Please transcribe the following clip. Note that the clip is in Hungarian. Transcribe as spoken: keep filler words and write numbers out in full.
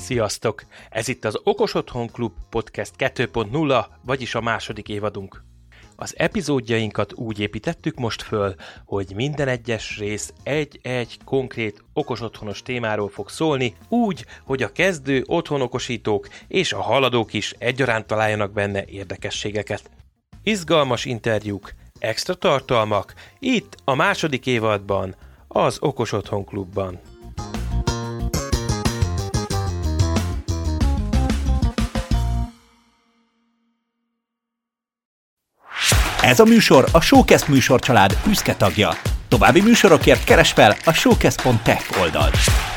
Sziasztok! Ez itt az Okos Otthon Klub Podcast kettő pont nulla, vagyis a második évadunk. Az epizódjainkat úgy építettük most föl, hogy minden egyes rész egy-egy konkrét okos otthonos témáról fog szólni, úgy, hogy a kezdő otthonokosítók és a haladók is egyaránt találjanak benne érdekességeket. Izgalmas interjúk, extra tartalmak, itt a második évadban, az Okos Otthon Klubban. Ez a műsor a Showcast műsorcsalád büszke tagja. További műsorokért keresd fel a showcast pont tech oldalt.